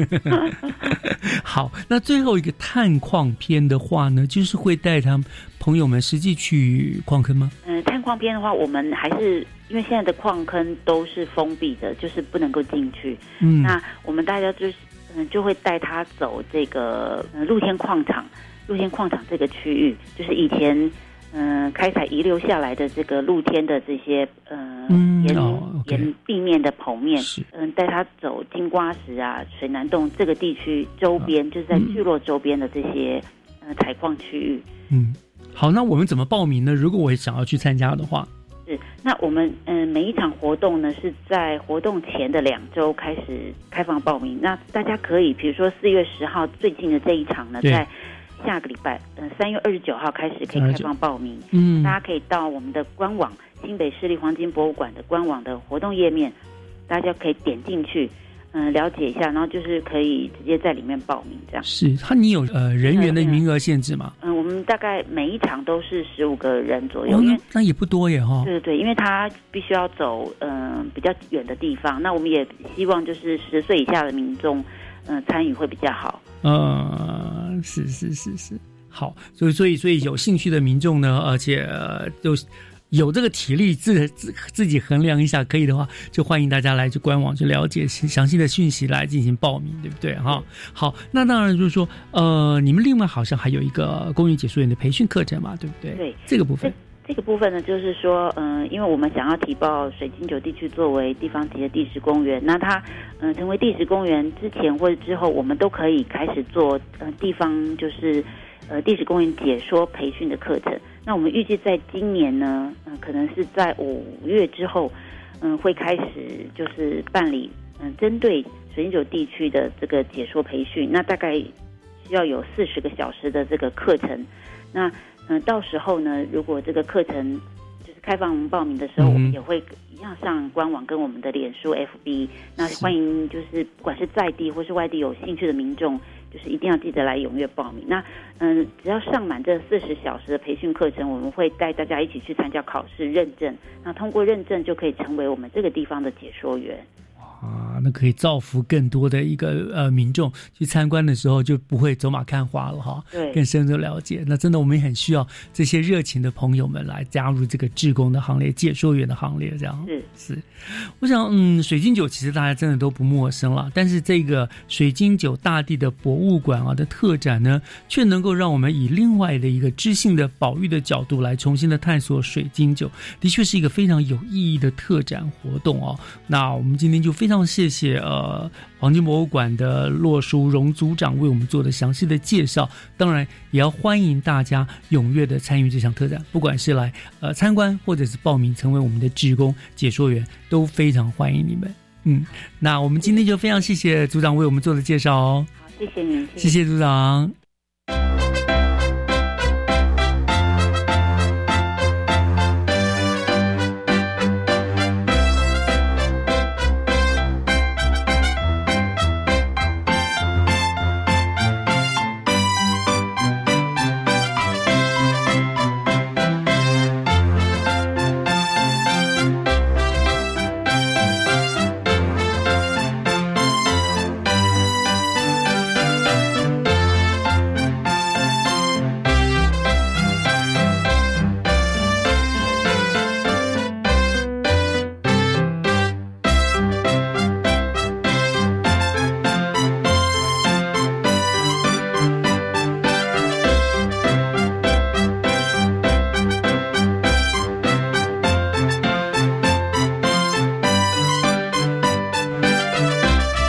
好，那最后一个探矿篇的话呢，就是会带他们朋友们实际去矿坑吗？ 探矿篇的话，我们还是因为现在的矿坑都是封闭的，就是不能够进去。那我们大家就会带他走这个露天矿场这个区域，就是以前开采遗留下来的这个露天的这些沿地面的剖面，带他走金瓜石啊、水南洞这个地区周边，就是在聚落周边的这些采矿区域。 好，那我们怎么报名呢？如果我想要去参加的话， 那我们每一场活动呢是在活动前的2周开始开放报名。那大家可以，比如说4月10号最近的这一场呢，在下个礼拜3月29号开始可以开放报名。大家可以到我们的官网新北市立黄金博物馆的官网的活动页面，大家可以点进去了解一下，然后就是可以直接在里面报名这样。 是，你有人员的名额限制吗？ 我们大概每一场都是15个人左右。 那也不多耶哈。 对，因为他必须要走比较远的地方，那我们也希望就是10岁以下的民众参与会比较好。 是，好，所以有兴趣的民众呢，而且都有这个体力自己衡量一下，可以的话，就欢迎大家来去官网去了解详细的讯息来进行报名，对不对哈？好，那当然就是说，你们另外好像还有一个公园解说员的培训课程嘛，对不对？ 对， 这个部分。 这个部分呢，就是说，因为我们想要提报水金九地区作为地方级的地质公园，那它成为地质公园之前或者之后，我们都可以开始做地方就是地质公园解说培训的课程。那我们预计在今年呢，可能是在5月之后，会开始就是办理针对水金九地区的这个解说培训。那大概需要有40个小时的这个课程。那到时候呢，如果这个课程就是开放报名的时候，我们也会一样上官网跟我们的脸书 FB， 那欢迎就是不管是在地或是外地有兴趣的民众，就是一定要记得来踊跃报名。那只要上满这40小时的培训课程，我们会带大家一起去参加考试认证，那通过认证就可以成为我们这个地方的解说员。 那可以造福更多的一个民众去参观的时候就不会走马看花了哈， 对， 更深入了解。那真的我们也很需要这些热情的朋友们来加入这个志工的行列、解说员的行列，这样是。我想水晶酒其实大家真的都不陌生了，但是这个水晶酒大地的博物馆的特展呢，却能够让我们以另外的一个知性的保育的角度来重新的探索水晶酒，的确是一个非常有意义的特展活动哦。那我们今天就非常谢谢黄金博物馆的骆淑荣组长为我们做的详细的介绍，当然也要欢迎大家踊跃的参与这项特展，不管是来参观或者是报名成为我们的志工解说员，都非常欢迎你们。那我们今天就非常谢谢组长为我们做的介绍哦。 好，谢谢您， 谢谢组长。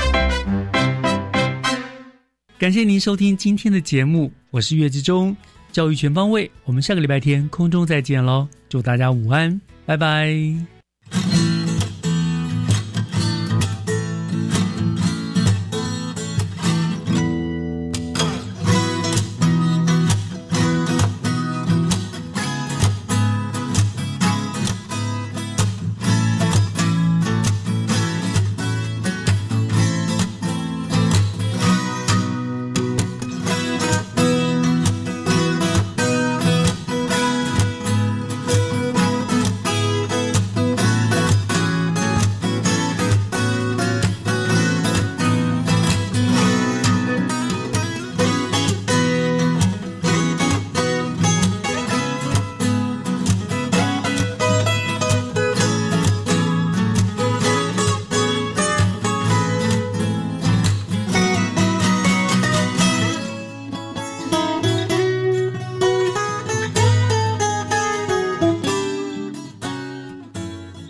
感谢您收听今天的节目，我是岳志忠。 教育全方位，我们下个礼拜天空中再见喽！祝大家午安，拜拜。